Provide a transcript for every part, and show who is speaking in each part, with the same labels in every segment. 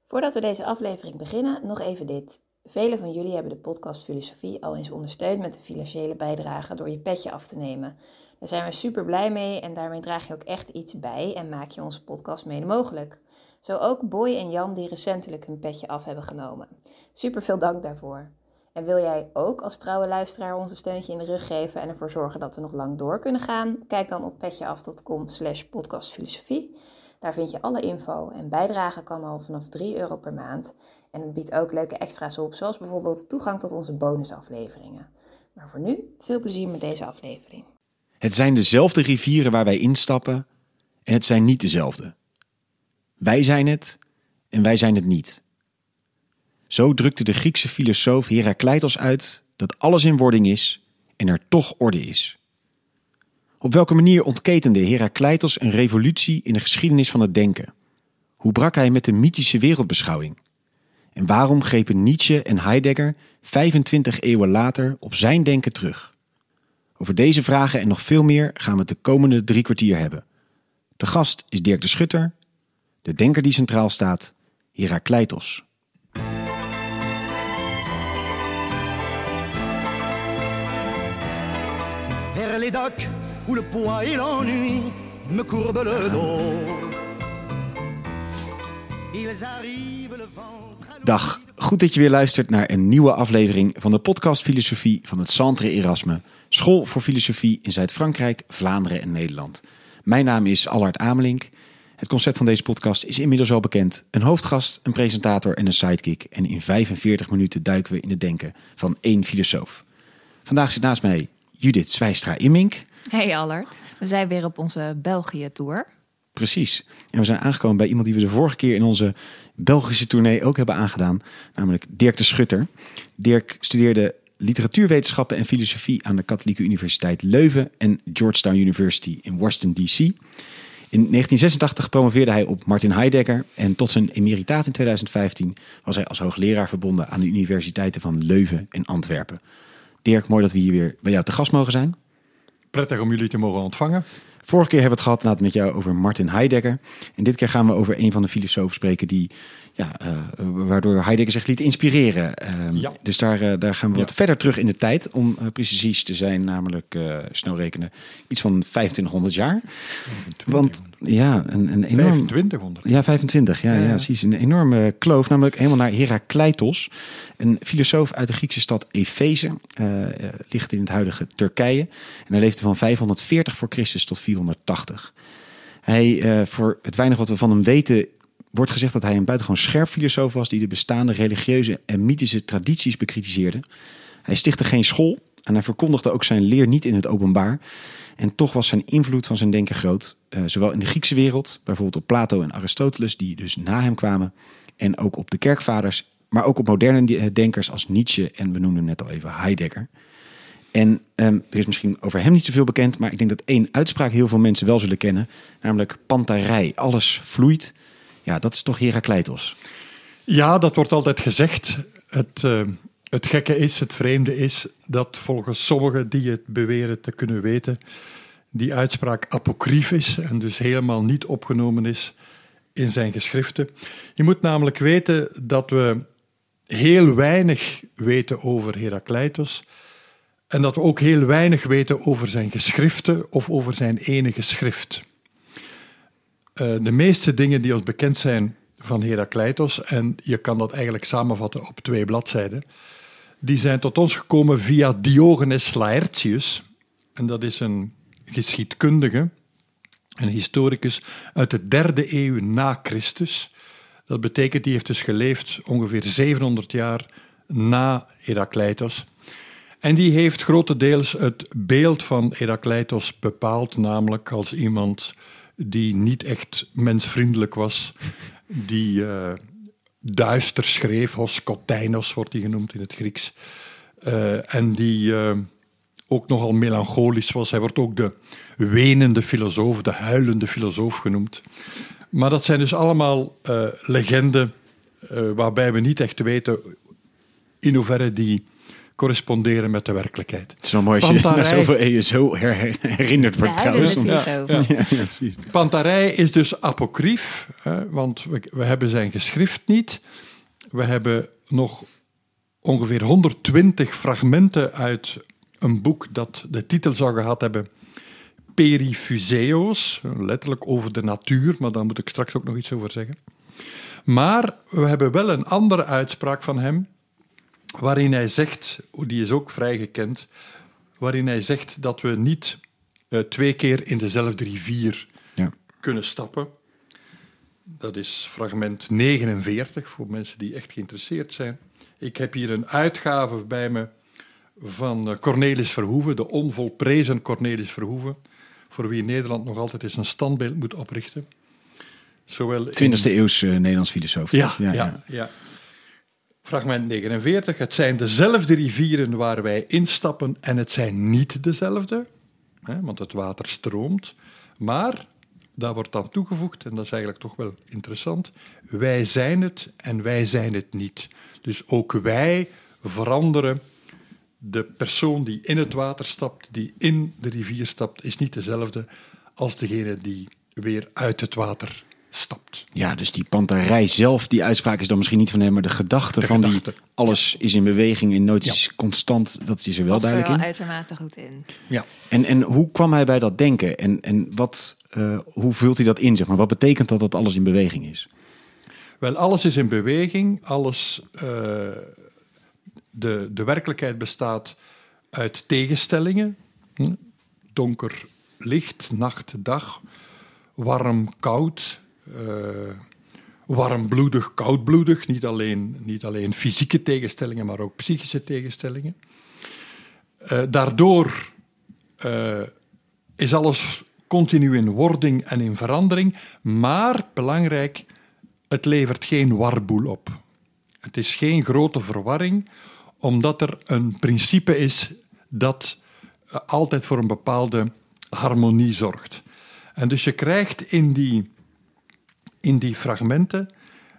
Speaker 1: Voordat we deze aflevering beginnen, nog even dit. Velen van jullie hebben de podcast Filosofie al eens ondersteund met een financiële bijdrage door je petje af te nemen. Daar zijn we super blij mee en daarmee draag je ook echt iets bij en maak je onze podcast mede mogelijk. Zo ook Boy en Jan die recentelijk hun petje af hebben genomen. Super veel dank daarvoor. En wil jij ook als trouwe luisteraar ons een steuntje in de rug geven en ervoor zorgen dat we nog lang door kunnen gaan? Kijk dan op petjeaf.com/podcastfilosofie. Daar vind je alle info en bijdragen kan al vanaf €3 per maand. En het biedt ook leuke extra's op, zoals bijvoorbeeld toegang tot onze bonusafleveringen. Maar voor nu, veel plezier met deze aflevering.
Speaker 2: Het zijn dezelfde rivieren waar wij instappen en het zijn niet dezelfde. Wij zijn het en wij zijn het niet. Zo drukte de Griekse filosoof Herakleitos uit dat alles in wording is en er toch orde is. Op welke manier ontketende Herakleitos een revolutie in de geschiedenis van het denken? Hoe brak hij met de mythische wereldbeschouwing? En waarom grepen Nietzsche en Heidegger 25 eeuwen later op zijn denken terug? Over deze vragen en nog veel meer gaan we het de komende 3 kwartier hebben. Te gast is Dirk de Schutter, de denker die centraal staat, Herakleitos.
Speaker 3: Vers les docks où le poids et l'ennui me courbent le dos. Ils arrivent le ventre.
Speaker 2: Dag, goed dat je weer luistert naar een nieuwe aflevering van de podcast Filosofie van het Centre Erasme, School voor Filosofie in Zuid-Frankrijk, Vlaanderen en Nederland. Mijn naam is Allard Amelink. Het concept van deze podcast is inmiddels wel bekend. Een hoofdgast, een presentator en een sidekick. En in 45 minuten duiken we in het denken van 1 filosoof. Vandaag zit naast mij Judith Zwijstra-Immink.
Speaker 4: Hey Allard, we zijn weer op onze België-tour.
Speaker 2: Precies. En we zijn aangekomen bij iemand die we de vorige keer in onze Belgische tournee ook hebben aangedaan. Namelijk Dirk de Schutter. Dirk studeerde literatuurwetenschappen en filosofie aan de Katholieke Universiteit Leuven en Georgetown University in Washington D.C. In 1986 promoveerde hij op Martin Heidegger en tot zijn emeritaat in 2015 was hij als hoogleraar verbonden aan de universiteiten van Leuven en Antwerpen. Dirk, mooi dat we hier weer bij jou te gast mogen zijn.
Speaker 5: Prettig om jullie te mogen ontvangen.
Speaker 2: Vorige keer hebben we het gehad met jou over Martin Heidegger. En dit keer gaan we over een van de filosofen spreken die, waardoor Heidegger zich liet inspireren. Dus daar gaan we wat verder terug in de tijd. Om precies te zijn, namelijk snel rekenen, iets van 2500 jaar. Want ja, een enorm...
Speaker 5: 2500?
Speaker 2: Ja, 25. Ja, precies. Een enorme kloof, namelijk helemaal naar Herakleitos. Een filosoof uit de Griekse stad Efeze. Ligt in het huidige Turkije. En hij leefde van 540 voor Christus tot 480. Hij, voor het weinig wat we van hem weten, wordt gezegd dat hij een buitengewoon scherp filosoof was die de bestaande religieuze en mythische tradities bekritiseerde. Hij stichtte geen school en hij verkondigde ook zijn leer niet in het openbaar. En toch was zijn invloed van zijn denken groot, zowel in de Griekse wereld, bijvoorbeeld op Plato en Aristoteles, die dus na hem kwamen, en ook op de kerkvaders, maar ook op moderne denkers als Nietzsche en we noemden net al even Heidegger. En er is misschien over hem niet zoveel bekend, maar ik denk dat 1 uitspraak heel veel mensen wel zullen kennen, namelijk pantarei, alles vloeit. Ja, dat is toch Herakleitos?
Speaker 5: Ja, dat wordt altijd gezegd. Het gekke is, het vreemde is, dat volgens sommigen die het beweren te kunnen weten, die uitspraak apocryf is en dus helemaal niet opgenomen is in zijn geschriften. Je moet namelijk weten dat we heel weinig weten over Herakleitos en dat we ook heel weinig weten over zijn geschriften of over zijn enige schrift. De meeste dingen die ons bekend zijn van Herakleitos, en je kan dat eigenlijk samenvatten op 2 bladzijden, die zijn tot ons gekomen via Diogenes Laertius. En dat is een geschiedkundige, een historicus uit de 3e eeuw na Christus. Dat betekent, die heeft dus geleefd ongeveer 700 jaar na Herakleitos. En die heeft grotendeels het beeld van Herakleitos bepaald, namelijk als iemand die niet echt mensvriendelijk was, die duister schreef, hoskoteinos wordt die genoemd in het Grieks, en die ook nogal melancholisch was. Hij wordt ook de wenende filosoof, de huilende filosoof genoemd. Maar dat zijn dus allemaal legenden waarbij we niet echt weten in hoeverre die corresponderen met de werkelijkheid.
Speaker 2: Het is wel mooi als je na zoveel eeuwen zo herinnerd wordt trouwens.
Speaker 4: Ja,
Speaker 2: precies.
Speaker 5: Pantarei is dus apocrief, want we hebben zijn geschrift niet. We hebben nog ongeveer 120 fragmenten uit een boek dat de titel zou gehad hebben Periphyseos, letterlijk over de natuur, maar daar moet ik straks ook nog iets over zeggen. Maar we hebben wel een andere uitspraak van hem, waarin hij zegt, die is ook vrij gekend, waarin hij zegt dat we niet 2 keer in dezelfde rivier kunnen stappen. Dat is fragment 49, voor mensen die echt geïnteresseerd zijn. Ik heb hier een uitgave bij me van Cornelis Verhoeven, de onvolprezen Cornelis Verhoeven, voor wie Nederland nog altijd eens een standbeeld moet oprichten.
Speaker 2: 20e eeuws Nederlands filosoof.
Speaker 5: Ja. Fragment 49. Het zijn dezelfde rivieren waar wij instappen en het zijn niet dezelfde, want het water stroomt. Maar, daar wordt dan toegevoegd, en dat is eigenlijk toch wel interessant, wij zijn het en wij zijn het niet. Dus ook wij veranderen. De persoon die in het water stapt, die in de rivier stapt, is niet dezelfde als degene die weer uit het water stapt.
Speaker 2: Ja, dus die pantarei zelf, die uitspraak is dan misschien niet van hem, maar de gedachte van die alles is in beweging en nooit is constant, dat is er wel duidelijk in.
Speaker 4: Er wel uitermate goed in.
Speaker 5: Ja.
Speaker 2: En hoe kwam hij bij dat denken? En hoe vult hij dat in, zeg maar? Wat betekent dat alles in beweging is?
Speaker 5: Wel, alles is in beweging, alles... De werkelijkheid bestaat uit tegenstellingen. Donker, licht, nacht, dag. Warm, koud. Warmbloedig, koudbloedig. Niet alleen fysieke tegenstellingen, maar ook psychische tegenstellingen. Daardoor is alles continu in wording en in verandering. Maar, belangrijk, het levert geen warboel op. Het is geen grote verwarring, omdat er een principe is dat altijd voor een bepaalde harmonie zorgt. En dus je krijgt in die fragmenten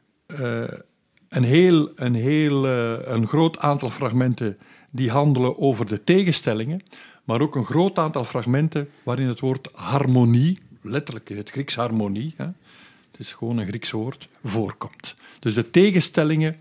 Speaker 5: een groot aantal fragmenten die handelen over de tegenstellingen, maar ook een groot aantal fragmenten waarin het woord harmonie, letterlijk in het Grieks harmonie, het is gewoon een Grieks woord, voorkomt. Dus de tegenstellingen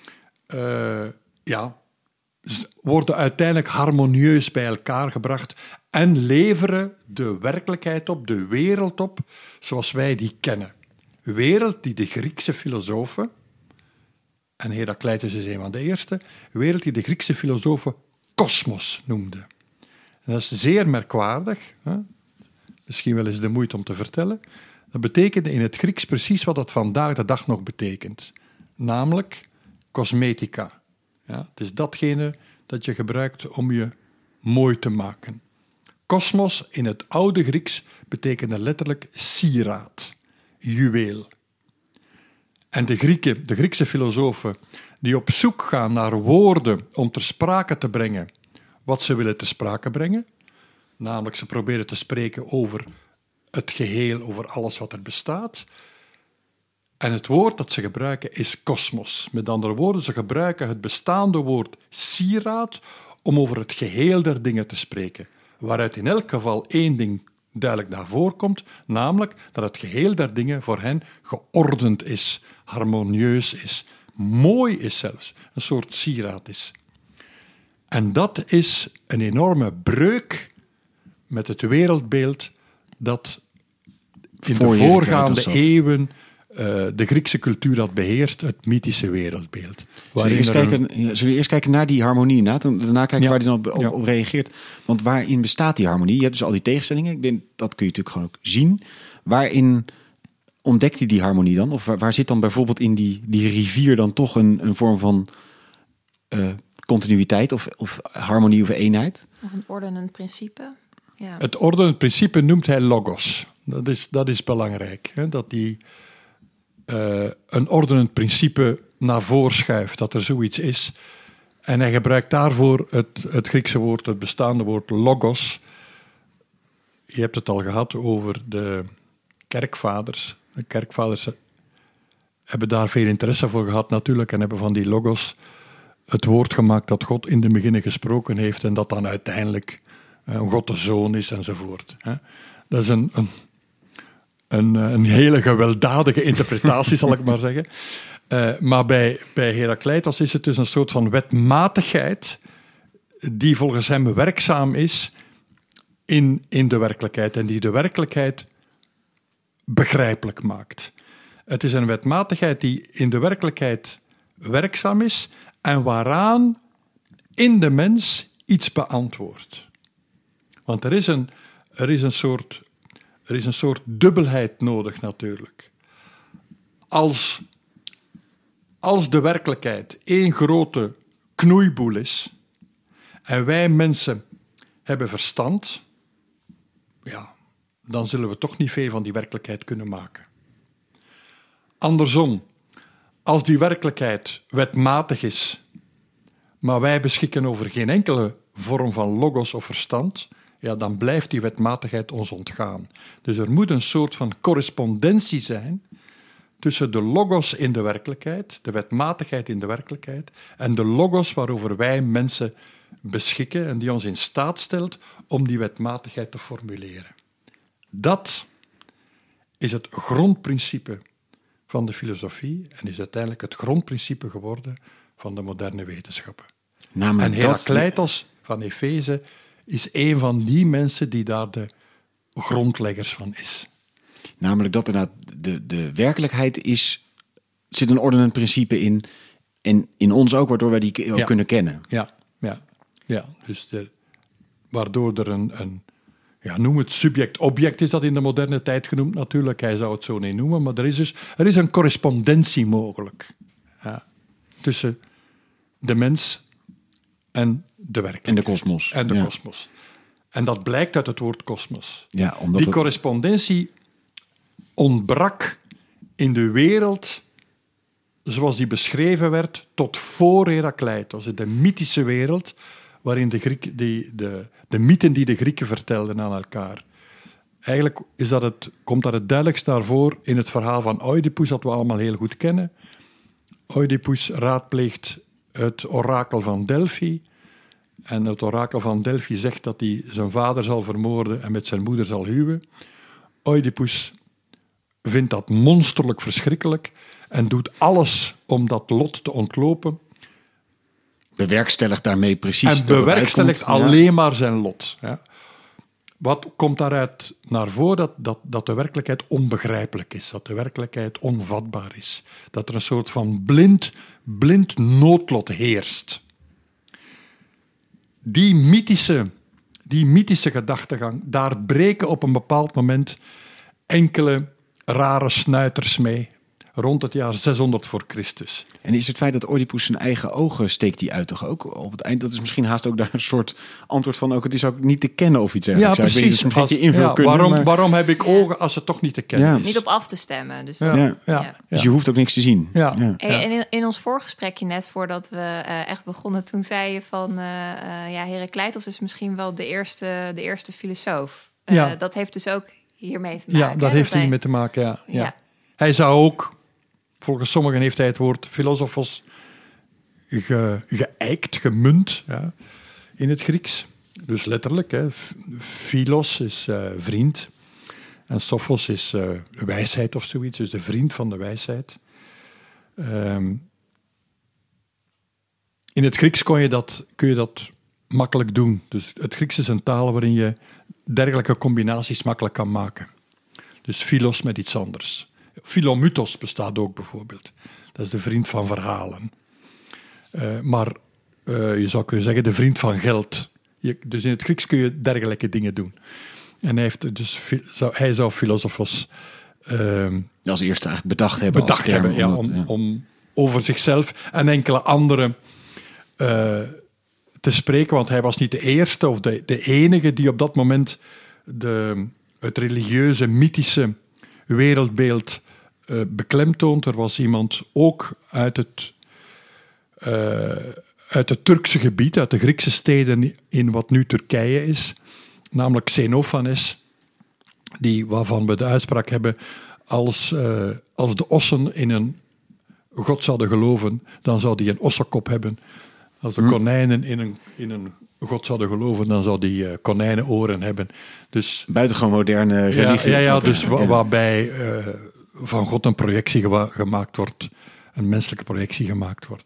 Speaker 5: worden uiteindelijk harmonieus bij elkaar gebracht en leveren de werkelijkheid op, de wereld op, zoals wij die kennen. Een wereld die de Griekse filosofen, en Heracleitus is een van de eerste, een wereld die de Griekse filosofen kosmos noemden. En dat is zeer merkwaardig, misschien wel eens de moeite om te vertellen. Dat betekende in het Grieks precies wat dat vandaag de dag nog betekent. Namelijk cosmetica. Ja, het is datgene dat je gebruikt om je mooi te maken. Kosmos in het oude Grieks betekende letterlijk sieraad, juweel. En de Griekse filosofen die op zoek gaan naar woorden om ter sprake te brengen wat ze willen ter sprake brengen, namelijk ze proberen te spreken over het geheel, over alles wat er bestaat. En het woord dat ze gebruiken is kosmos. Met andere woorden, ze gebruiken het bestaande woord sieraad om over het geheel der dingen te spreken. Waaruit in elk geval één ding duidelijk naar voren komt, namelijk dat het geheel der dingen voor hen geordend is, harmonieus is, mooi is zelfs, een soort sieraad is. En dat is een enorme breuk met het wereldbeeld dat in de voorgaande eeuwen de Griekse cultuur had beheerst, het mythische wereldbeeld.
Speaker 2: Zullen we eerst kijken naar die harmonie? Daarna kijken waar die dan op reageert. Want waarin bestaat die harmonie? Je hebt dus al die tegenstellingen. Ik denk, dat kun je natuurlijk gewoon ook zien. Waarin ontdekt hij die harmonie dan? Of waar zit dan bijvoorbeeld in die rivier dan toch een vorm van continuïteit of harmonie of eenheid?
Speaker 4: Of een ordenend principe? Ja.
Speaker 5: Het ordenend principe noemt hij logos. Dat is belangrijk. Hè? Dat die een ordenend principe naar voren schuift, dat er zoiets is. En hij gebruikt daarvoor het Griekse woord, het bestaande woord logos. Je hebt het al gehad over de kerkvaders. De kerkvaders hebben daar veel interesse voor gehad natuurlijk en hebben van die logos het woord gemaakt dat God in de beginnen gesproken heeft en dat dan uiteindelijk God de Zoon is enzovoort. Dat is een hele gewelddadige interpretatie, zal ik maar zeggen. Maar bij Herakleitos is het dus een soort van wetmatigheid die volgens hem werkzaam is in de werkelijkheid en die de werkelijkheid begrijpelijk maakt. Het is een wetmatigheid die in de werkelijkheid werkzaam is en waaraan in de mens iets beantwoordt. Want er is een soort dubbelheid nodig natuurlijk. Als de werkelijkheid één grote knoeiboel is en wij mensen hebben verstand, ja, dan zullen we toch niet veel van die werkelijkheid kunnen maken. Andersom, als die werkelijkheid wetmatig is, maar wij beschikken over geen enkele vorm van logos of verstand, ja, dan blijft die wetmatigheid ons ontgaan. Dus er moet een soort van correspondentie zijn tussen de logos in de werkelijkheid, de wetmatigheid in de werkelijkheid, en de logos waarover wij mensen beschikken en die ons in staat stelt om die wetmatigheid te formuleren. Dat is het grondprincipe van de filosofie en is uiteindelijk het grondprincipe geworden van de moderne wetenschappen. En Herakleitos van Efeze is een van die mensen die daar de grondleggers van is.
Speaker 2: Namelijk dat inderdaad de werkelijkheid zit een ordenend principe in en in ons ook, waardoor wij die ook kunnen kennen.
Speaker 5: Ja. Dus waardoor er noem het subject-object is dat in de moderne tijd genoemd natuurlijk, hij zou het zo niet noemen, maar er is een correspondentie mogelijk tussen de mens en de werkelijkheid.
Speaker 2: En de kosmos.
Speaker 5: En de kosmos. En dat blijkt uit het woord kosmos.
Speaker 2: Ja,
Speaker 5: die correspondentie ontbrak in de wereld zoals die beschreven werd tot voor Herakleitos. De mythische wereld waarin de mythen die de Grieken vertelden aan elkaar. Eigenlijk komt dat het duidelijkst naar voren in het verhaal van Oedipus, dat we allemaal heel goed kennen. Oedipus raadpleegt het orakel van Delphi. En het orakel van Delphi zegt dat hij zijn vader zal vermoorden en met zijn moeder zal huwen. Oedipus vindt dat monsterlijk verschrikkelijk en doet alles om dat lot te ontlopen.
Speaker 2: Bewerkstelligt daarmee precies.
Speaker 5: En bewerkstelligt alleen maar zijn lot. Ja. Wat komt daaruit naar voren? Dat de werkelijkheid onbegrijpelijk is. Dat de werkelijkheid onvatbaar is. Dat er een soort van blind noodlot heerst. Die mythische gedachtegang, daar breken op een bepaald moment enkele rare snuiters mee. Rond het jaar 600 voor Christus.
Speaker 2: En is het feit dat Oedipus zijn eigen ogen steekt die uit toch ook op het eind? Dat is misschien haast ook daar een soort antwoord van ook. Het is ook niet te kennen of iets.
Speaker 5: Ja, precies. Waarom heb ik ogen als het toch niet te kennen is?
Speaker 4: Niet op af te stemmen. Dus,
Speaker 2: dus je hoeft ook niks te zien.
Speaker 4: En in ons voorgesprekje net, voordat we echt begonnen, toen zei je van Herakleitos is misschien wel de eerste filosoof. Dat heeft dus ook hiermee te maken.
Speaker 5: Ja, dat heeft hiermee te maken, ja. Hij zou ook, volgens sommigen heeft hij het woord filosofos geëikt, gemunt in het Grieks. Dus letterlijk, philos is vriend en sophos is wijsheid of zoiets, dus de vriend van de wijsheid. In het Grieks kun je dat makkelijk doen. Dus het Grieks is een taal waarin je dergelijke combinaties makkelijk kan maken. Dus philos met iets anders. Philomythos bestaat ook bijvoorbeeld. Dat is de vriend van verhalen. Maar je zou kunnen zeggen de vriend van geld. Dus in het Grieks kun je dergelijke dingen doen. En hij zou filosofos
Speaker 2: als eerste eigenlijk bedacht hebben.
Speaker 5: Om over zichzelf en enkele anderen te spreken. Want hij was niet de eerste of de enige die op dat moment het religieuze, mythische wereldbeeld beklemtoont. Er was iemand ook uit het Turkse gebied, uit de Griekse steden in wat nu Turkije is, namelijk Xenophanes, waarvan we de uitspraak hebben, als de ossen in een god zouden geloven, dan zou die een ossenkop hebben. Als de konijnen in een god zouden geloven, dan zou die konijnenoren hebben. Dus,
Speaker 2: buitengewoon moderne religie.
Speaker 5: Dus waarbij van God een projectie gemaakt wordt, een menselijke projectie gemaakt wordt.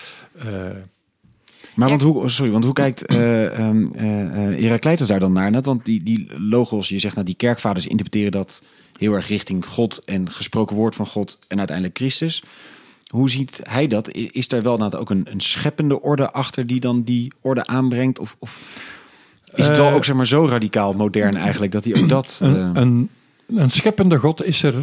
Speaker 2: Maar want hoe kijkt Heracleitos daar dan naar? Want die logos, je zegt, die kerkvaders interpreteren dat heel erg richting God en gesproken woord van God en uiteindelijk Christus. Hoe ziet hij dat? Is er wel ook een scheppende orde achter die dan die orde aanbrengt? Of is het wel ook zo radicaal modern eigenlijk dat hij ook dat...
Speaker 5: Een scheppende God is er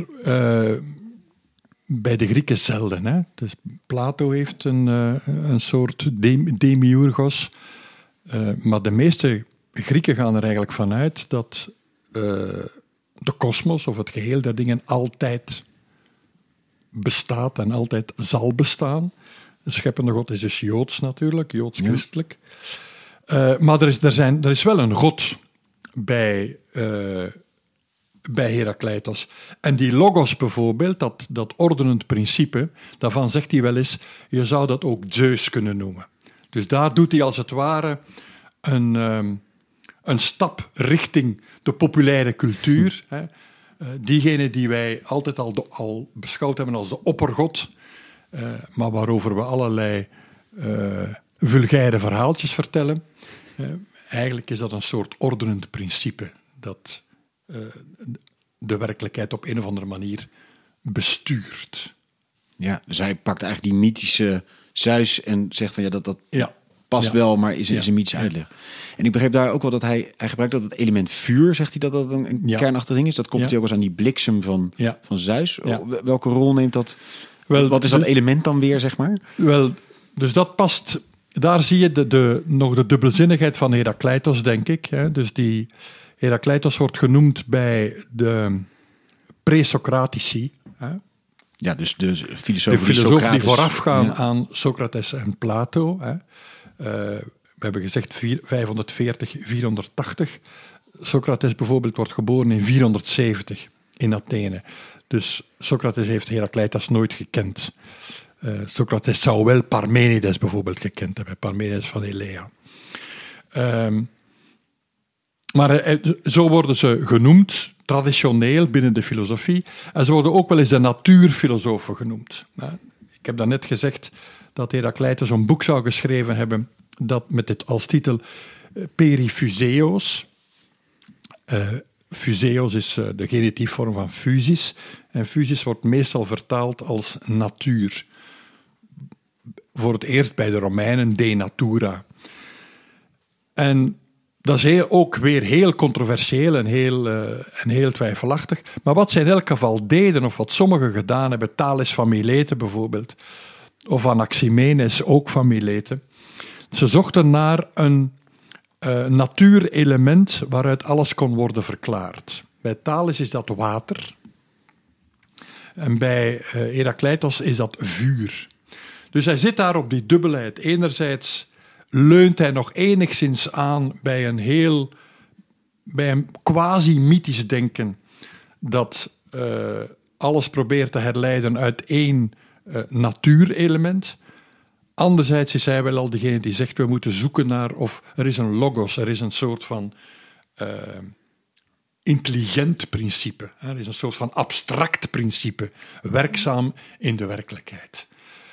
Speaker 5: bij de Grieken zelden. Hè? Dus Plato heeft een soort demiurgos. Maar de meeste Grieken gaan er eigenlijk vanuit dat de kosmos of het geheel der dingen altijd bestaat en altijd zal bestaan. De scheppende God is dus Joods natuurlijk, Joods-christelijk. Maar er is wel een God bij Heracleitos. En die logos bijvoorbeeld, dat ordenend principe, daarvan zegt hij wel eens, je zou dat ook Zeus kunnen noemen. Dus daar doet hij als het ware een stap richting de populaire cultuur. Hè. Diegene die wij altijd al beschouwd hebben als de oppergod, maar waarover we allerlei vulgaire verhaaltjes vertellen. Eigenlijk is dat een soort ordenend principe dat de werkelijkheid op een of andere manier bestuurt.
Speaker 2: Ja, dus hij pakt eigenlijk die mythische Zeus en zegt van dat past wel, maar is een mythische uitleg. En ik begreep daar ook wel dat hij gebruikt dat het element vuur, zegt hij dat een kernachtig ding is. Dat komt hij ook eens aan die bliksem van Zeus. Ja. Welke rol neemt dat? Wat is dat element dan weer, zeg maar?
Speaker 5: Wel, dus dat past. Daar zie je nog de dubbelzinnigheid van Heracleitos, denk ik. Hè. Dus die Heracleitos wordt genoemd bij de pre-Socratici. Hè.
Speaker 2: Ja, dus de filosofen
Speaker 5: die voorafgaan aan Socrates en Plato. Hè. We hebben gezegd 540, 480. Socrates bijvoorbeeld wordt geboren in 470 in Athene. Dus Socrates heeft Heracleitos nooit gekend. Socrates zou wel Parmenides bijvoorbeeld gekend hebben. Parmenides van Elea. Maar zo worden ze genoemd, traditioneel binnen de filosofie. En ze worden ook wel eens de natuurfilosofen genoemd. Ik heb daarnet gezegd dat Heracleitos een boek zou geschreven hebben dat met dit als titel Perifuseos. Fuseos is de genitiefvorm van physis. En physis wordt meestal vertaald als natuur. Voor het eerst bij de Romeinen de natura. En dat is ook weer heel controversieel en heel twijfelachtig. Maar wat ze in elk geval deden, of wat sommigen gedaan hebben, Thales van Mileten bijvoorbeeld, of Anaximenes ook van Mileten, ze zochten naar een natuurelement waaruit alles kon worden verklaard. Bij Thales is dat water. En bij Heracleitos is dat vuur. Dus hij zit daar op die dubbelheid. Enerzijds leunt hij nog enigszins aan bij een quasi-mythisch denken dat alles probeert te herleiden uit één natuurelement. Anderzijds is hij wel al degene die zegt, we moeten zoeken naar, of er is een logos, er is een soort van intelligent principe. Er is een soort van abstract principe, werkzaam in de werkelijkheid.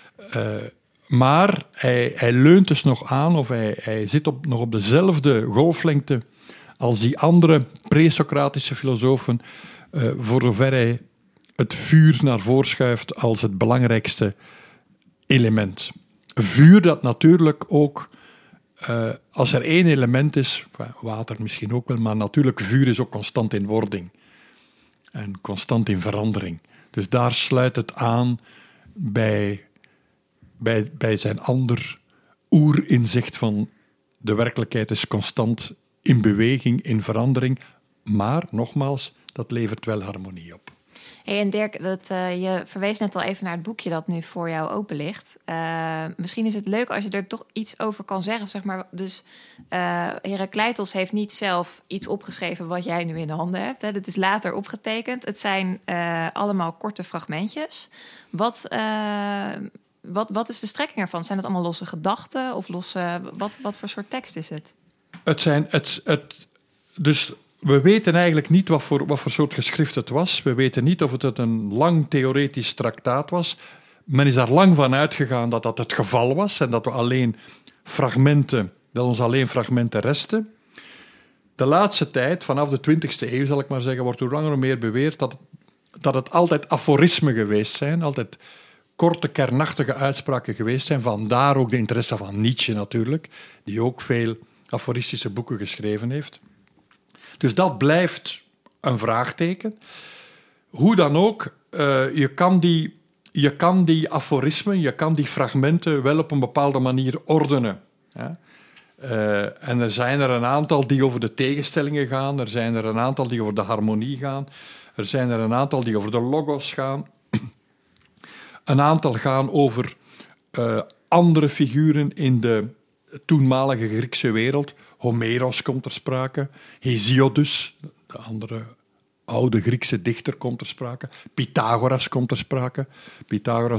Speaker 5: Maar hij leunt dus nog aan, of hij zit nog op dezelfde golflengte als die andere pre-Socratische filosofen, voor zover hij het vuur naar voren schuift als het belangrijkste element. Vuur dat natuurlijk ook, als er één element is, water misschien ook wel, maar natuurlijk vuur is ook constant in wording en constant in verandering. Dus daar sluit het aan bij zijn ander oerinzicht van de werkelijkheid is constant in beweging, in verandering. Maar, nogmaals, dat levert wel harmonie op.
Speaker 4: Hey, en Dirk, je verwees net al even naar het boekje dat nu voor jou open ligt. Misschien is het leuk als je er toch iets over kan zeggen. Zeg maar. Dus Heracleitos heeft niet zelf iets opgeschreven wat jij nu in de handen hebt. Hè. Dat is later opgetekend. Het zijn allemaal korte fragmentjes. wat is de strekking ervan? Zijn het allemaal losse gedachten of wat voor soort tekst is het?
Speaker 5: Dus we weten eigenlijk niet wat voor soort geschrift het was. We weten niet of het een lang theoretisch traktaat was. Men is daar lang van uitgegaan dat dat het geval was en dat ons alleen fragmenten resten. De laatste tijd, vanaf de 20e eeuw zal ik maar zeggen, wordt hoe langer hoe meer beweerd dat het altijd aforismen geweest zijn, altijd korte, kernachtige uitspraken geweest zijn. Vandaar ook de interesse van Nietzsche natuurlijk, die ook veel aforistische boeken geschreven heeft. Dus dat blijft een vraagteken. Hoe dan ook, je kan die aforismen, je kan die fragmenten wel op een bepaalde manier ordenen. Ja? En er zijn er een aantal die over de tegenstellingen gaan, er zijn er een aantal die over de harmonie gaan, er zijn er een aantal die over de logos gaan. Een aantal gaan over andere figuren in de toenmalige Griekse wereld. Homeros komt ter sprake, Hesiodus, de andere oude Griekse dichter, komt ter sprake. Pythagoras komt ter sprake. Pythagoras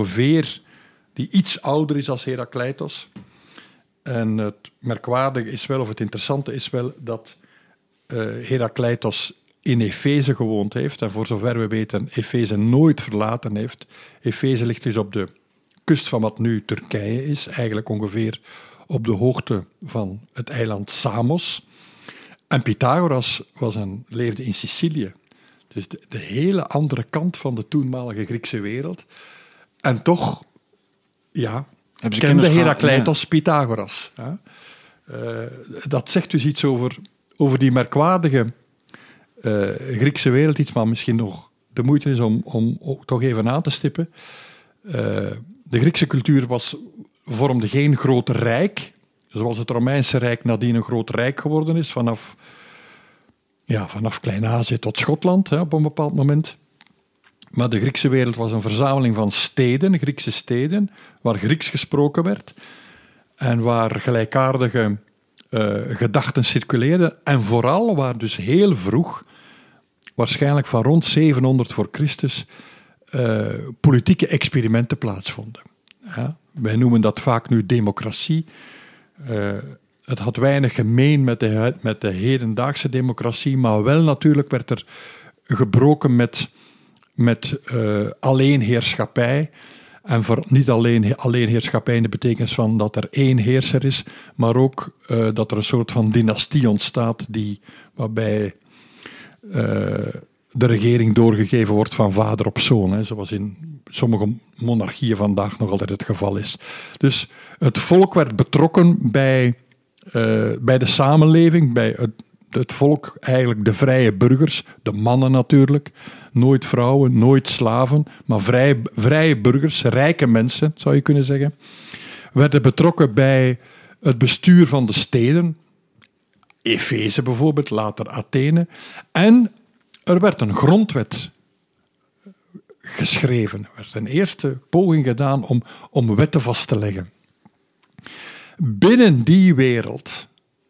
Speaker 5: die iets ouder is als Herakleitos. En het merkwaardige is wel, of het interessante is wel, dat Herakleitos in Efeze gewoond heeft en voor zover we weten Efeze nooit verlaten heeft. Efeze ligt dus op de kust van wat nu Turkije is, eigenlijk ongeveer op de hoogte van het eiland Samos. En Pythagoras leefde in Sicilië. Dus de hele andere kant van de toenmalige Griekse wereld. En toch, ja, kende Herakleitos Pythagoras. Ja. Dat zegt dus iets over die merkwaardige Griekse wereld, iets wat misschien nog de moeite is om toch even aan te stippen. De Griekse cultuur vormde geen groot rijk, zoals het Romeinse Rijk nadien een groot rijk geworden is, vanaf Klein-Azië tot Schotland op een bepaald moment. Maar de Griekse wereld was een verzameling van steden, Griekse steden, waar Grieks gesproken werd en waar gelijkaardige gedachten circuleerden. En vooral waar dus heel vroeg, waarschijnlijk van rond 700 voor Christus, politieke experimenten plaatsvonden. Ja, wij noemen dat vaak nu democratie. Het had weinig gemeen met de hedendaagse democratie, maar wel natuurlijk werd er gebroken met alleenheerschappij. En niet alleen alleenheerschappij in de betekenis van dat er één heerser is, maar ook dat er een soort van dynastie ontstaat waarbij de regering doorgegeven wordt van vader op zoon, zoals in sommige monarchieën vandaag nog altijd het geval is. Dus het volk werd betrokken bij de samenleving, bij het volk, eigenlijk de vrije burgers, de mannen natuurlijk, nooit vrouwen, nooit slaven, maar vrije burgers, rijke mensen, zou je kunnen zeggen, werden betrokken bij het bestuur van de steden, Efeze bijvoorbeeld, later Athene, en er werd een grondwet geschreven. Er werd een eerste poging gedaan om wetten vast te leggen. Binnen die wereld,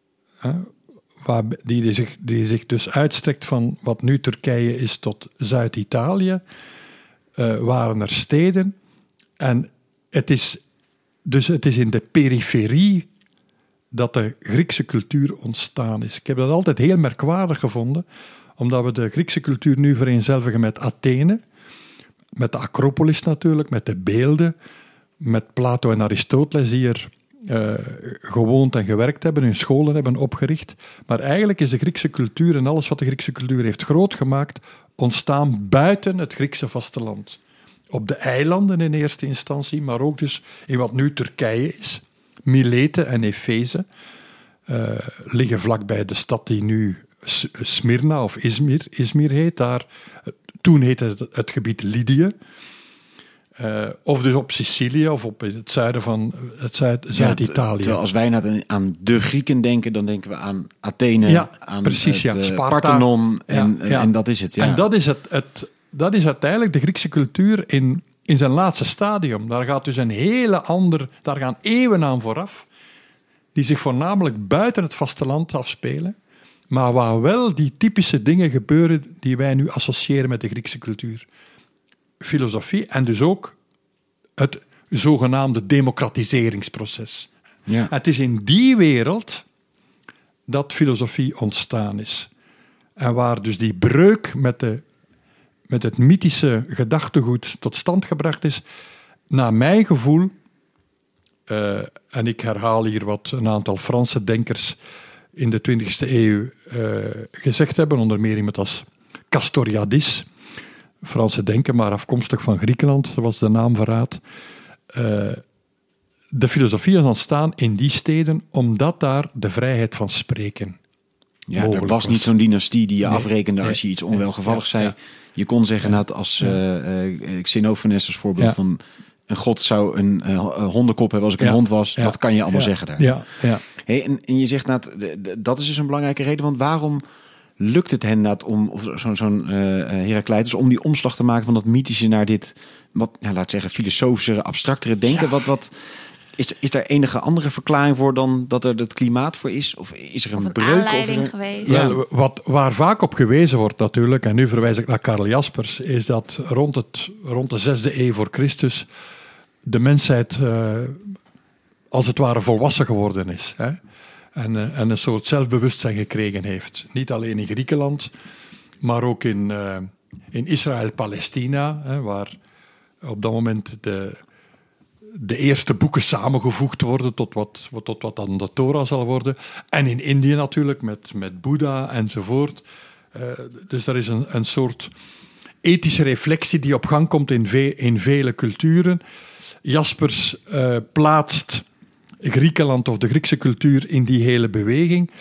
Speaker 5: die zich dus uitstrekt van wat nu Turkije is tot Zuid-Italië, waren er steden. En het is in de periferie dat de Griekse cultuur ontstaan is. Ik heb dat altijd heel merkwaardig gevonden, omdat we de Griekse cultuur nu vereenzelvigen met Athene, met de Acropolis natuurlijk, met de beelden, met Plato en Aristoteles die er gewoond en gewerkt hebben, hun scholen hebben opgericht. Maar eigenlijk is de Griekse cultuur en alles wat de Griekse cultuur heeft groot gemaakt, ontstaan buiten het Griekse vasteland. Op de eilanden in eerste instantie, maar ook dus in wat nu Turkije is. Mileten en Efeze liggen vlakbij de stad die nu Smyrna of Izmir heet. Toen heette het gebied Lydië. Of dus op Sicilië of op het zuiden van Zuid-Italië.
Speaker 2: Als wij aan de Grieken denken, dan denken we aan Athene, aan
Speaker 5: precies,
Speaker 2: het Parthenon en dat is het. Ja.
Speaker 5: En dat is uiteindelijk de Griekse cultuur in zijn laatste stadium. Daar gaat dus daar gaan eeuwen aan vooraf, die zich voornamelijk buiten het vasteland afspelen, maar waar wel die typische dingen gebeuren die wij nu associëren met de Griekse cultuur. Filosofie en dus ook het zogenaamde democratiseringsproces.
Speaker 2: Ja.
Speaker 5: Het is in die wereld dat filosofie ontstaan is. En waar dus die breuk met het mythische gedachtegoed tot stand gebracht is, naar mijn gevoel, en ik herhaal hier wat een aantal Franse denkers in de 20e eeuw gezegd hebben, onder meer iemand als Castoriadis, Franse denker, maar afkomstig van Griekenland, zoals de naam verraadt. De filosofie is ontstaan in die steden omdat daar de vrijheid van spreken
Speaker 2: er was niet zo'n dynastie die je afrekende als je iets onwelgevallig zei.
Speaker 5: Ja.
Speaker 2: Je kon zeggen dat als Xenophanes als voorbeeld van een god zou een hondenkop hebben als ik een hond was. Dat kan je allemaal zeggen daar.
Speaker 5: Ja.
Speaker 2: Hey, en je zegt dat is dus een belangrijke reden, want waarom lukt het hen om zo'n Heracleitos om die omslag te maken van dat mythische naar dit, laat zeggen, filosofische, abstractere denken? Wat is daar enige andere verklaring voor dan dat er het klimaat voor is? Of is er een breuk?
Speaker 4: Aanleiding geweest?
Speaker 5: Ja. Waar vaak op gewezen wordt natuurlijk, en nu verwijs ik naar Karl Jaspers, is dat rond de 6e eeuw voor Christus de mensheid als het ware volwassen geworden is. Hè? En een soort zelfbewustzijn gekregen heeft. Niet alleen in Griekenland, maar ook in Israël-Palestina, waar op dat moment de eerste boeken samengevoegd worden tot wat dan de Torah zal worden. En in Indië natuurlijk, met Boeddha enzovoort. Dus er is een soort ethische reflectie die op gang komt in vele culturen. Jaspers plaatst Griekenland of de Griekse cultuur in die hele beweging.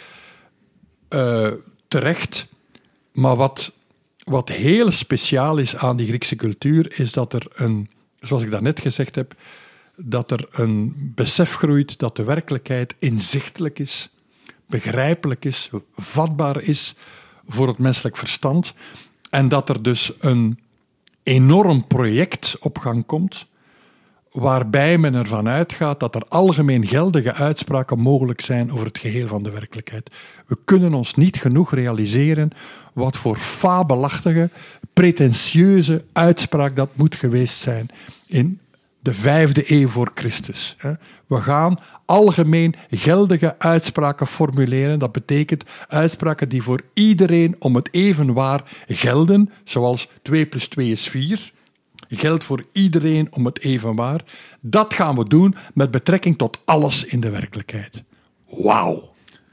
Speaker 5: Terecht. Maar wat heel speciaal is aan die Griekse cultuur, is dat er zoals ik daarnet gezegd heb, dat er een besef groeit dat de werkelijkheid inzichtelijk is, begrijpelijk is, vatbaar is voor het menselijk verstand. En dat er dus een enorm project op gang komt, waarbij men ervan uitgaat dat er algemeen geldige uitspraken mogelijk zijn over het geheel van de werkelijkheid. We kunnen ons niet genoeg realiseren wat voor fabelachtige, pretentieuze uitspraak dat moet geweest zijn in de 5e eeuw voor Christus. We gaan algemeen geldige uitspraken formuleren. Dat betekent uitspraken die voor iedereen om het even waar gelden, zoals 2 + 2 = 4. Geldt voor iedereen om het even waar. Dat gaan we doen met betrekking tot alles in de werkelijkheid. Wauw.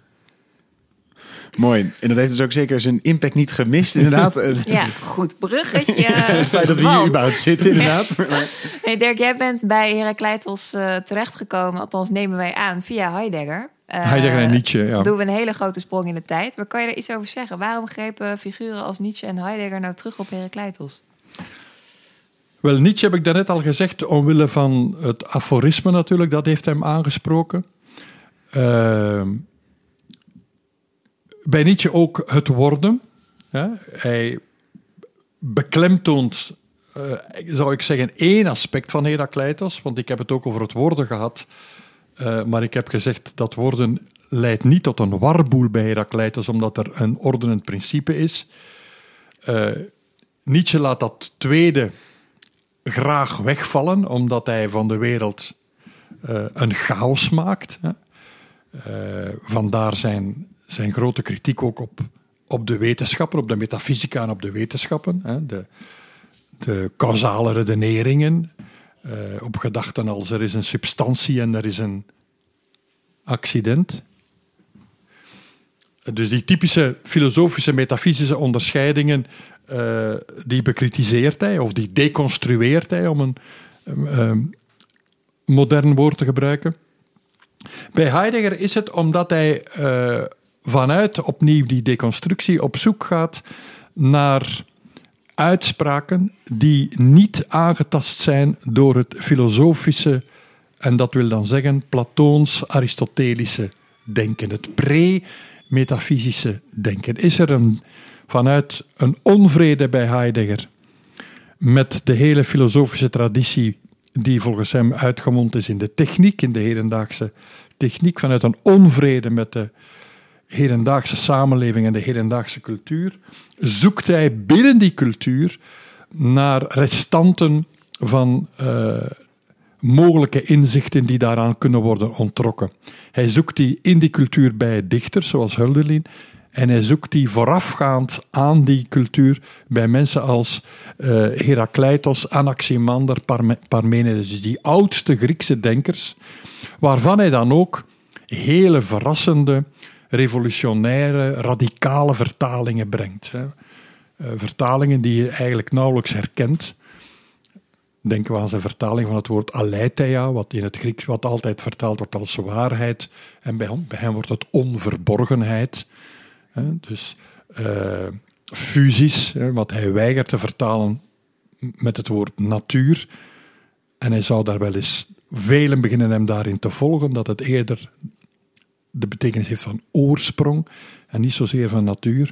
Speaker 2: Mooi. En dat heeft dus ook zeker zijn impact niet gemist, inderdaad.
Speaker 4: Ja, goed bruggetje.
Speaker 2: Het feit dat we hier überhaupt zitten, inderdaad.
Speaker 4: Hey Dirk, jij bent bij Heracleitos terechtgekomen, althans nemen wij aan, via Heidegger.
Speaker 5: Heidegger en Nietzsche, ja.
Speaker 4: Doen we een hele grote sprong in de tijd. Maar kan je daar iets over zeggen? Waarom grepen figuren als Nietzsche en Heidegger nou terug op Heracleitos?
Speaker 5: Wel, Nietzsche heb ik daarnet al gezegd, omwille van het aforisme natuurlijk, dat heeft hem aangesproken. Bij Nietzsche ook het worden. Hij beklemtoont, zou ik zeggen, 1 aspect van Heracleitos, want ik heb het ook over het worden gehad, maar ik heb gezegd dat worden leidt niet tot een warboel bij Heracleitos, omdat er een ordenend principe is. Nietzsche laat dat tweede graag wegvallen, omdat hij van de wereld een chaos maakt. Vandaar zijn grote kritiek ook op de wetenschappen, op de metafysica en op de wetenschappen. De causale redeneringen, op gedachten als er is een substantie en er is een accident. Dus die typische filosofische, metafysische onderscheidingen, die bekritiseert hij of die deconstrueert hij, om een modern woord te gebruiken. Bij Heidegger is het omdat hij vanuit opnieuw die deconstructie op zoek gaat naar uitspraken die niet aangetast zijn door het filosofische, en dat wil dan zeggen Platoons-Aristotelische denken, het pre-metafysische denken. Is er vanuit een onvrede bij Heidegger met de hele filosofische traditie die volgens hem uitgemond is in de techniek, in de hedendaagse techniek, vanuit een onvrede met de hedendaagse samenleving en de hedendaagse cultuur, zoekt hij binnen die cultuur naar restanten van mogelijke inzichten die daaraan kunnen worden ontrokken. Hij zoekt die in die cultuur bij dichters, zoals Hölderlin, en hij zoekt die voorafgaand aan die cultuur bij mensen als Herakleitos, Anaximander, Parmenides, dus die oudste Griekse denkers, waarvan hij dan ook hele verrassende, revolutionaire, radicale vertalingen brengt. Vertalingen die je eigenlijk nauwelijks herkent. Denken we aan zijn vertaling van het woord aletheia, wat in het Grieks wat altijd vertaald wordt als waarheid. En bij hem wordt het onverborgenheid. Dus fusies, wat hij weigert te vertalen met het woord natuur. En hij zou daar wel eens, velen beginnen hem daarin te volgen, dat het eerder de betekenis heeft van oorsprong en niet zozeer van natuur.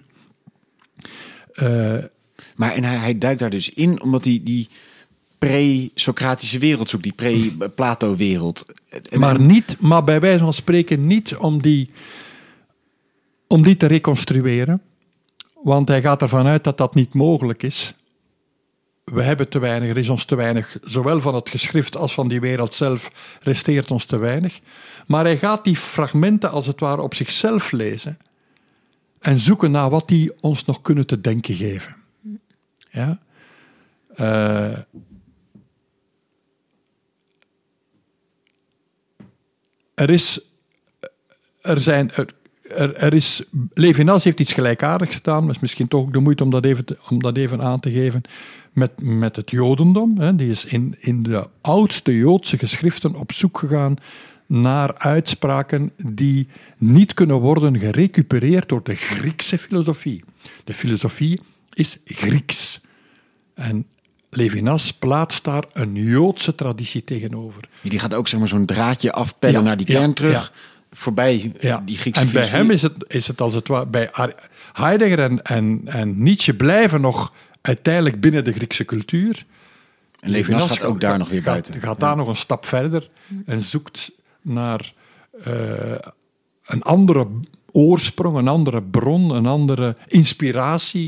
Speaker 2: Maar en hij duikt daar dus in, omdat hij die pre-Socratische wereld zoekt, die pre-Plato-wereld.
Speaker 5: Maar bij wijze van spreken niet om die te reconstrueren, want hij gaat ervan uit dat dat niet mogelijk is. We hebben te weinig, er is ons te weinig, zowel van het geschrift als van die wereld zelf resteert ons te weinig. Maar hij gaat die fragmenten als het ware op zichzelf lezen en zoeken naar wat die ons nog kunnen te denken geven. Ja? Levinas heeft iets gelijkaardigs gedaan, maar het is misschien toch ook de moeite om dat even aan te geven, met het Jodendom. Hè. Die is in de oudste Joodse geschriften op zoek gegaan naar uitspraken die niet kunnen worden gerecupereerd door de Griekse filosofie. De filosofie is Grieks. En Levinas plaatst daar een Joodse traditie tegenover.
Speaker 2: Die gaat ook zo'n draadje afpellen naar die kern terug. Ja. Voorbij die Griekse
Speaker 5: en
Speaker 2: filosofie.
Speaker 5: Bij hem is het als het ware... Bij Heidegger en Nietzsche blijven nog uiteindelijk binnen de Griekse cultuur.
Speaker 2: En Levinas gaat ook daar nog weer buiten.
Speaker 5: Gaat daar nog een stap verder en zoekt naar een andere oorsprong, een andere bron, een andere inspiratie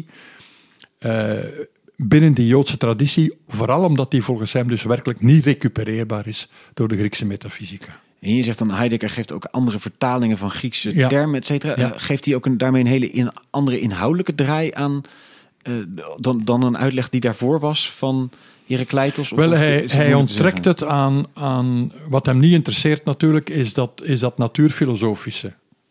Speaker 5: binnen die Joodse traditie. Vooral omdat die volgens hem dus werkelijk niet recupereerbaar is door de Griekse metafysica.
Speaker 2: En je zegt dan, Heidegger geeft ook andere vertalingen van Griekse termen, et cetera. Ja. Geeft hij ook daarmee een hele andere inhoudelijke draai aan dan een uitleg die daarvoor was van Herakleitos?
Speaker 5: Wel, hij onttrekt het aan wat hem niet interesseert natuurlijk, is dat natuurfilosofische.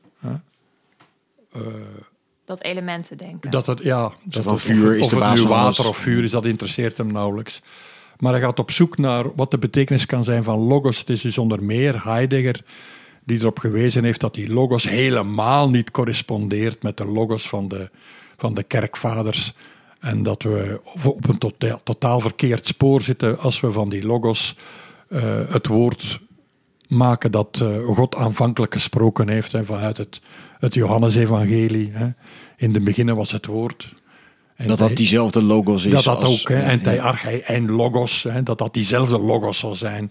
Speaker 4: Dat elementen denken.
Speaker 5: Dat
Speaker 2: van vuur is de basis
Speaker 5: nu
Speaker 2: van
Speaker 5: water
Speaker 2: alles.
Speaker 5: of vuur is, dat interesseert hem nauwelijks. Maar hij gaat op zoek naar wat de betekenis kan zijn van logos. Het is dus onder meer Heidegger die erop gewezen heeft dat die logos helemaal niet correspondeert met de logos van de kerkvaders. En dat we op een totaal verkeerd spoor zitten als we van die logos het woord maken dat God aanvankelijk gesproken heeft. Hè, vanuit het Johannesevangelie. Hè. In de beginnen was het woord.
Speaker 2: En dat diezelfde logos is.
Speaker 5: Dat ook. Hè, en archei en logos. Hè, dat diezelfde logos zal zijn.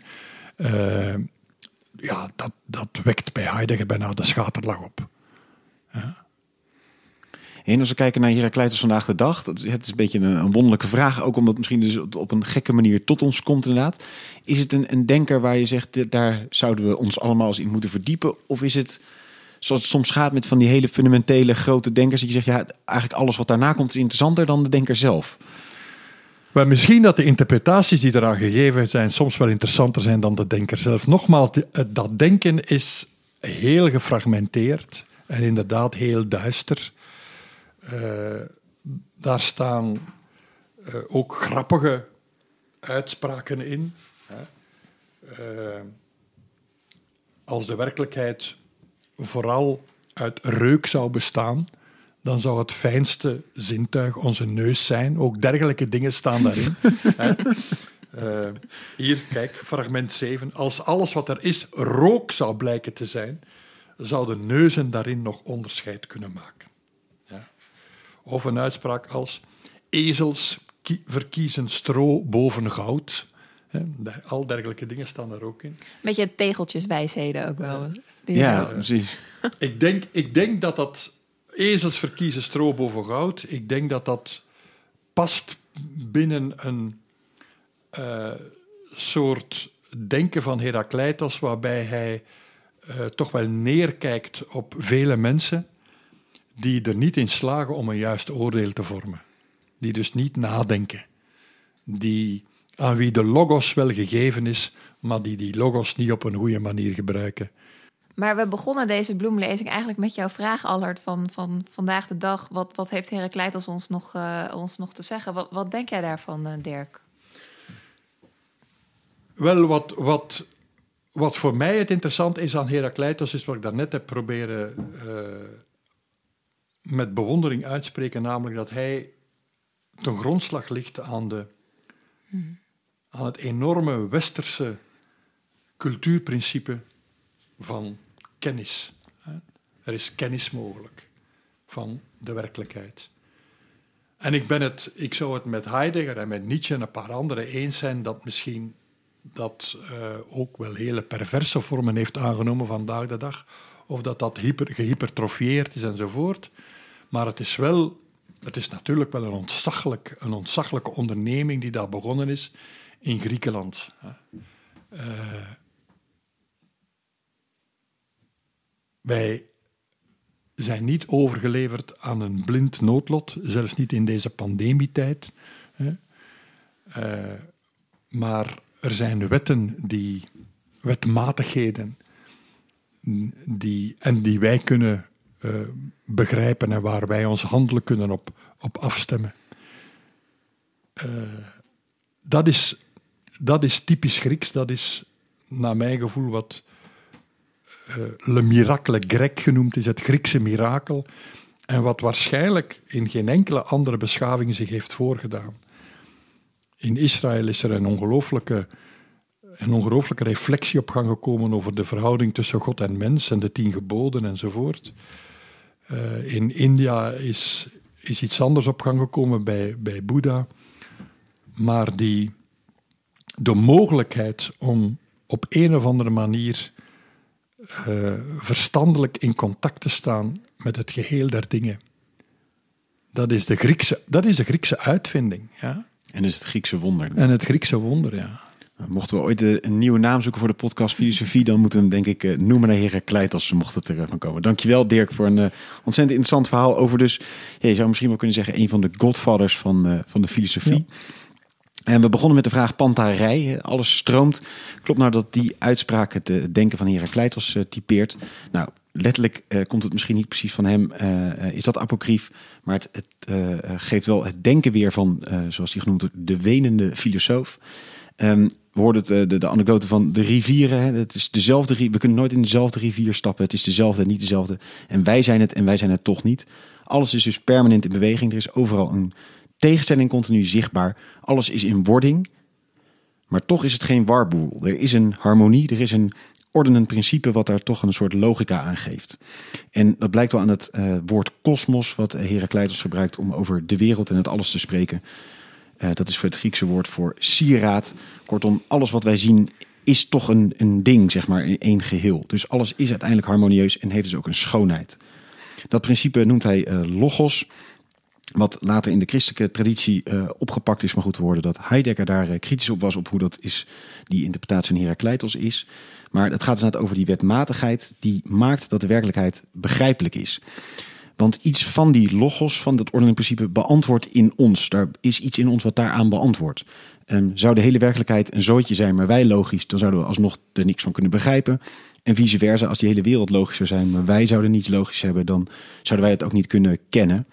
Speaker 5: Dat wekt bij Heidegger bijna de schaterlach op. Ja.
Speaker 2: En als we kijken naar Herakleitos vandaag de dag, het is een beetje een wonderlijke vraag, ook omdat het misschien dus op een gekke manier tot ons komt inderdaad. Is het een denker waar je zegt, daar zouden we ons allemaal eens in moeten verdiepen? Of is het, zoals het soms gaat met van die hele fundamentele grote denkers, dat je zegt, eigenlijk alles wat daarna komt is interessanter dan de denker zelf?
Speaker 5: Maar misschien dat de interpretaties die eraan gegeven zijn soms wel interessanter zijn dan de denker zelf. Nogmaals, dat denken is heel gefragmenteerd en inderdaad heel duister. Daar staan ook grappige uitspraken in. Als de werkelijkheid vooral uit reuk zou bestaan, dan zou het fijnste zintuig onze neus zijn. Ook dergelijke dingen staan daarin. Hier, kijk, fragment 7. Als alles wat er is rook zou blijken te zijn, zouden neuzen daarin nog onderscheid kunnen maken. Of een uitspraak als ezels verkiezen stro boven goud. Al dergelijke dingen staan daar ook in.
Speaker 4: Beetje tegeltjeswijsheden ook wel.
Speaker 2: Precies.
Speaker 5: Ik denk dat ezels verkiezen stro boven goud. Ik denk dat past binnen een soort denken van Herakleitos, waarbij hij toch wel neerkijkt op vele mensen die er niet in slagen om een juist oordeel te vormen. Die dus niet nadenken. Aan wie de logos wel gegeven is, maar die logos niet op een goede manier gebruiken.
Speaker 4: Maar we begonnen deze bloemlezing eigenlijk met jouw vraag, Allard, van vandaag de dag. Wat heeft Herakleitos ons nog te zeggen? Wat denk jij daarvan, Dirk?
Speaker 5: Wel, wat voor mij het interessant is aan Herakleitos, is wat ik daarnet heb proberen met bewondering uitspreken, namelijk dat hij ten grondslag ligt aan het enorme westerse cultuurprincipe van kennis. Er is kennis mogelijk van de werkelijkheid. En ik zou het met Heidegger en met Nietzsche en een paar anderen eens zijn dat misschien dat ook wel hele perverse vormen heeft aangenomen vandaag de dag, of dat gehypertrofieerd is enzovoort. Maar het is natuurlijk wel een ontzaglijke onderneming die daar begonnen is in Griekenland. Wij zijn niet overgeleverd aan een blind noodlot, zelfs niet in deze pandemietijd. Maar er zijn wetmatigheden die wij kunnen begrijpen en waar wij ons handelen kunnen op afstemmen. Dat is typisch Grieks, dat is naar mijn gevoel wat le miracle grec genoemd is, het Griekse mirakel, en wat waarschijnlijk in geen enkele andere beschaving zich heeft voorgedaan. In Israël is er een ongelooflijke reflectie op gang gekomen over de verhouding tussen God en mens en de 10 geboden enzovoort. In India is iets anders op gang gekomen bij Boeddha. Maar de mogelijkheid om op een of andere manier verstandelijk in contact te staan met het geheel der dingen, dat is de Griekse uitvinding. Ja?
Speaker 2: En dus het Griekse wonder.
Speaker 5: En het Griekse wonder, ja.
Speaker 2: Mochten we ooit een nieuwe naam zoeken voor de podcast Filosofie, dan moeten we hem denk ik noemen naar Herakleitos, mocht het ervan komen. Dankjewel Dirk voor een ontzettend interessant verhaal over je zou misschien wel kunnen zeggen, een van de godfathers van de filosofie. Ja. En we begonnen met de vraag pantarij. Alles stroomt. Klopt nou dat die uitspraak het denken van Herakleitos typeert? Nou, letterlijk komt het misschien niet precies van hem. Is dat apocrief? Maar het geeft wel het denken weer van, zoals hij genoemd wordt, de wenende filosoof. We hoorden de anekdote van de rivieren. Hè. Het is dezelfde. We kunnen nooit in dezelfde rivier stappen. Het is dezelfde en niet dezelfde. En wij zijn het toch niet. Alles is dus permanent in beweging. Er is overal een tegenstelling continu zichtbaar. Alles is in wording. Maar toch is het geen warboel. Er is een harmonie. Er is een ordenend principe wat daar toch een soort logica aan geeft. En dat blijkt wel aan het woord kosmos, wat Herakleitos gebruikt om over de wereld en het alles te spreken. Dat is voor het Griekse woord voor sieraad. Kortom, alles wat wij zien is toch een ding, zeg maar, in één geheel. Dus alles is uiteindelijk harmonieus en heeft dus ook een schoonheid. Dat principe noemt hij logos, wat later in de christelijke traditie opgepakt is. Maar goed, we hoorden dat Heidegger daar kritisch op was op hoe dat is, die interpretatie van Herakleitos is. Maar het gaat dus net over die wetmatigheid die maakt dat de werkelijkheid begrijpelijk is. Want iets van die logos, van dat ordenend principe, beantwoordt in ons. Daar is iets in ons wat daaraan beantwoordt. Zou de hele werkelijkheid een zooitje zijn, maar wij logisch, dan zouden we alsnog er niks van kunnen begrijpen. En vice versa, als die hele wereld logisch zou zijn, maar wij zouden niets logisch hebben, dan zouden wij het ook niet kunnen kennen.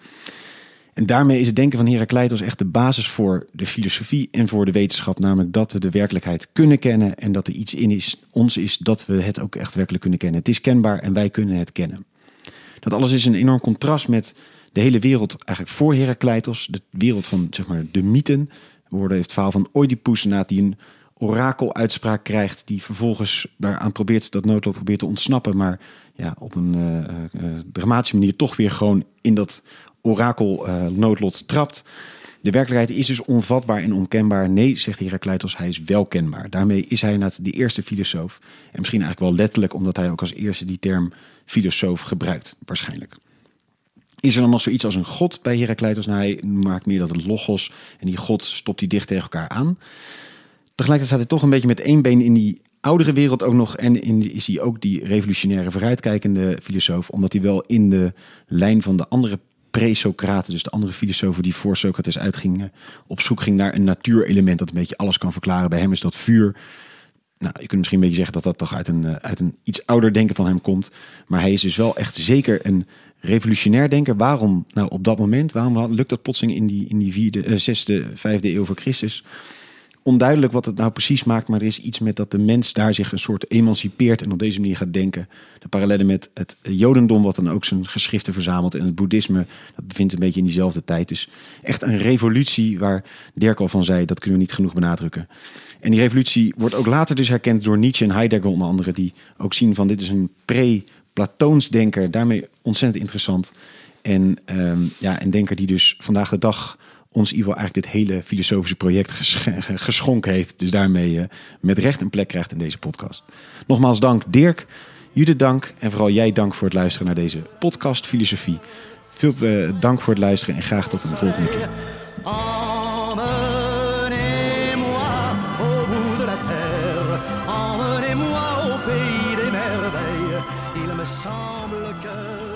Speaker 2: En daarmee is het denken van Herakleitos echt de basis voor de filosofie en voor de wetenschap. Namelijk dat we de werkelijkheid kunnen kennen en dat er iets in ons is dat we het ook echt werkelijk kunnen kennen. Het is kenbaar en wij kunnen het kennen. Dat alles is een enorm contrast met de hele wereld eigenlijk voor Herakleitos. De wereld van, zeg maar, de mythen. We hoorden het verhaal van Oedipus, die een orakeluitspraak krijgt, die vervolgens daaraan probeert, dat noodlot probeert te ontsnappen, maar ja, op een dramatische manier toch weer gewoon in dat orakelnoodlot trapt. De werkelijkheid is dus onvatbaar en onkenbaar. Nee, zegt Herakleitos, hij is wel kenbaar. Daarmee is hij inderdaad de eerste filosoof. En misschien eigenlijk wel letterlijk, omdat hij ook als eerste die term filosoof gebruikt, waarschijnlijk. Is er dan nog zoiets als een god bij Herakleitos? Nou, hij maakt meer dat het logos en die god stopt die dicht tegen elkaar aan. tegelijkertijd staat hij toch een beetje met één been in die oudere wereld ook nog. En is hij ook die revolutionaire vooruitkijkende filosoof. Omdat hij wel in de lijn van de andere pre-Socraten, dus de andere filosofen die voor Socrates uitgingen, op zoek ging naar een natuurelement dat een beetje alles kan verklaren. Bij hem is dat vuur. Nou, je kunt misschien een beetje zeggen dat dat toch uit een iets ouder denken van hem komt. Maar hij is dus wel echt zeker een revolutionair denker. Waarom nou op dat moment? Waarom lukt dat plotseling in die 6e, 5e eeuw voor Christus? Onduidelijk wat het nou precies maakt, maar er is iets met dat de mens daar zich een soort emancipeert en op deze manier gaat denken. De parallellen met het Jodendom, wat dan ook zijn geschriften verzamelt, en het boeddhisme, dat bevindt een beetje in diezelfde tijd. Dus echt een revolutie waar Dirk al van zei, dat kunnen we niet genoeg benadrukken. En die revolutie wordt ook later dus herkend door Nietzsche en Heidegger onder andere, die ook zien van dit is een pre-Platoons denker, daarmee ontzettend interessant. En een denker die dus vandaag de dag ons in ieder geval eigenlijk dit hele filosofische project geschonken heeft. Dus daarmee met recht een plek krijgt in deze podcast. Nogmaals dank Dirk, Judith dank en vooral jij dank voor het luisteren naar deze podcast Filosofie. Veel dank voor het luisteren en graag tot een volgende keer.
Speaker 3: Emmenez-moi au bout de la terre, emmenez-moi au pays des merveilles. Il me semble que